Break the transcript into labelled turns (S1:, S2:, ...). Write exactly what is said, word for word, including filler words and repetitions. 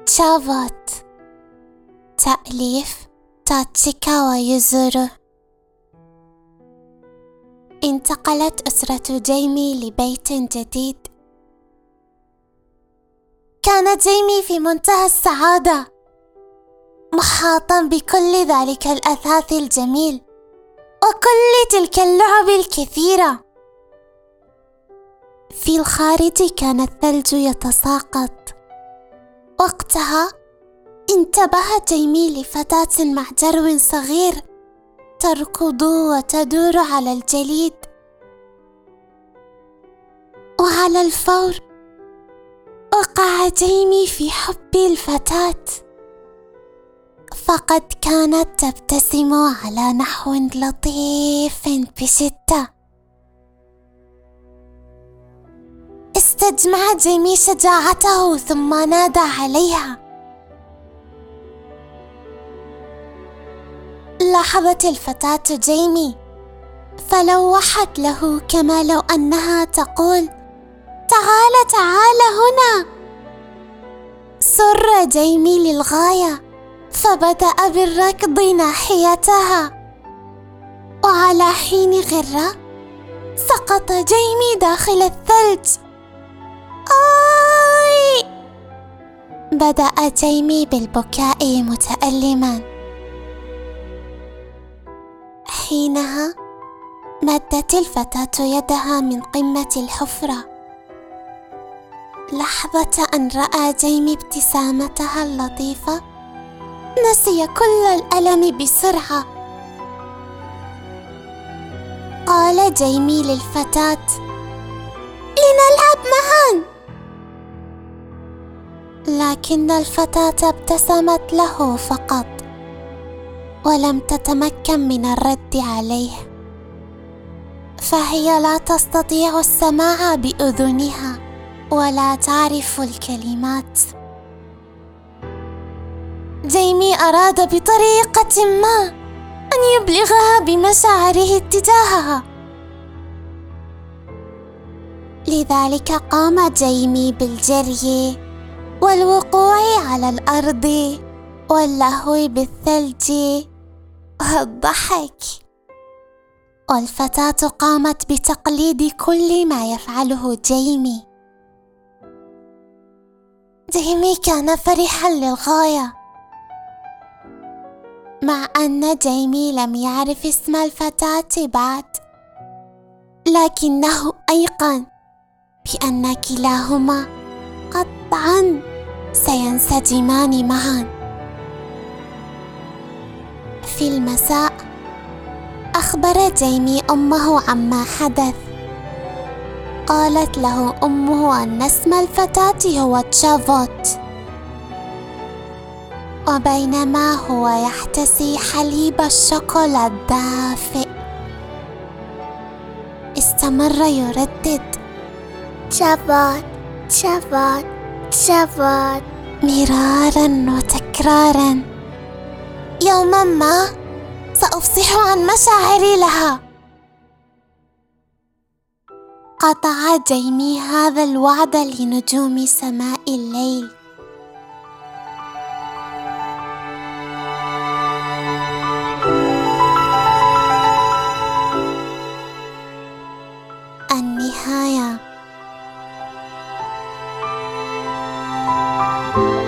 S1: تشافوت. تأليف تاتشيكا ويوزورو. انتقلت أسرة جيمي لبيت جديد. كان جيمي في منتهى السعادة، محاطا بكل ذلك الأثاث الجميل وكل تلك اللعب الكثيرة. في الخارج كان الثلج يتساقط. وقتها انتبه جيمي لفتاة مع جرو صغير تركض وتدور على الجليد، وعلى الفور وقع جيمي في حب الفتاة، فقد كانت تبتسم على نحو لطيف بشدة. استجمع جيمي شجاعته ثم نادى عليها. لاحظت الفتاة جيمي فلوحت له كما لو أنها تقول: تعال تعال هنا. سر جيمي للغاية فبدأ بالركض ناحيتها، وعلى حين غرة سقط جيمي داخل الثلج. آي! بدأ جيمي بالبكاء متألما. حينها مدت الفتاة يدها من قمة الحفرة. لحظة أن رأى جيمي ابتسامتها اللطيفة نسي كل الألم بسرعة. قال جيمي للفتاة: لنلعب معا. لكن الفتاة ابتسمت له فقط، ولم تتمكن من الرد عليه، فهي لا تستطيع السماع بأذنها ولا تعرف الكلمات. جيمي أراد بطريقة ما أن يبلغها بمشاعره اتجاهها، لذلك قام جيمي بالجري والوقوع على الأرض واللهو بالثلج والضحك، والفتاة قامت بتقليد كل ما يفعله جيمي. جيمي كان فرحا للغاية، مع أن جيمي لم يعرف اسم الفتاة بعد، لكنه أيقن بأن كلاهما قطعا سينسجمان معا. في المساء أخبر جيمي أمه عما حدث. قالت له أمه أن اسم الفتاة هو تشافوت. وبينما هو يحتسي حليب الشوكولا الدافئ استمر يردد: تشافوت تشافوت تشافوت مرارا وتكرارا. يوما ما سأفصح عن مشاعري لها. قطع جيمي هذا الوعد لنجوم سماء الليل. النهاية.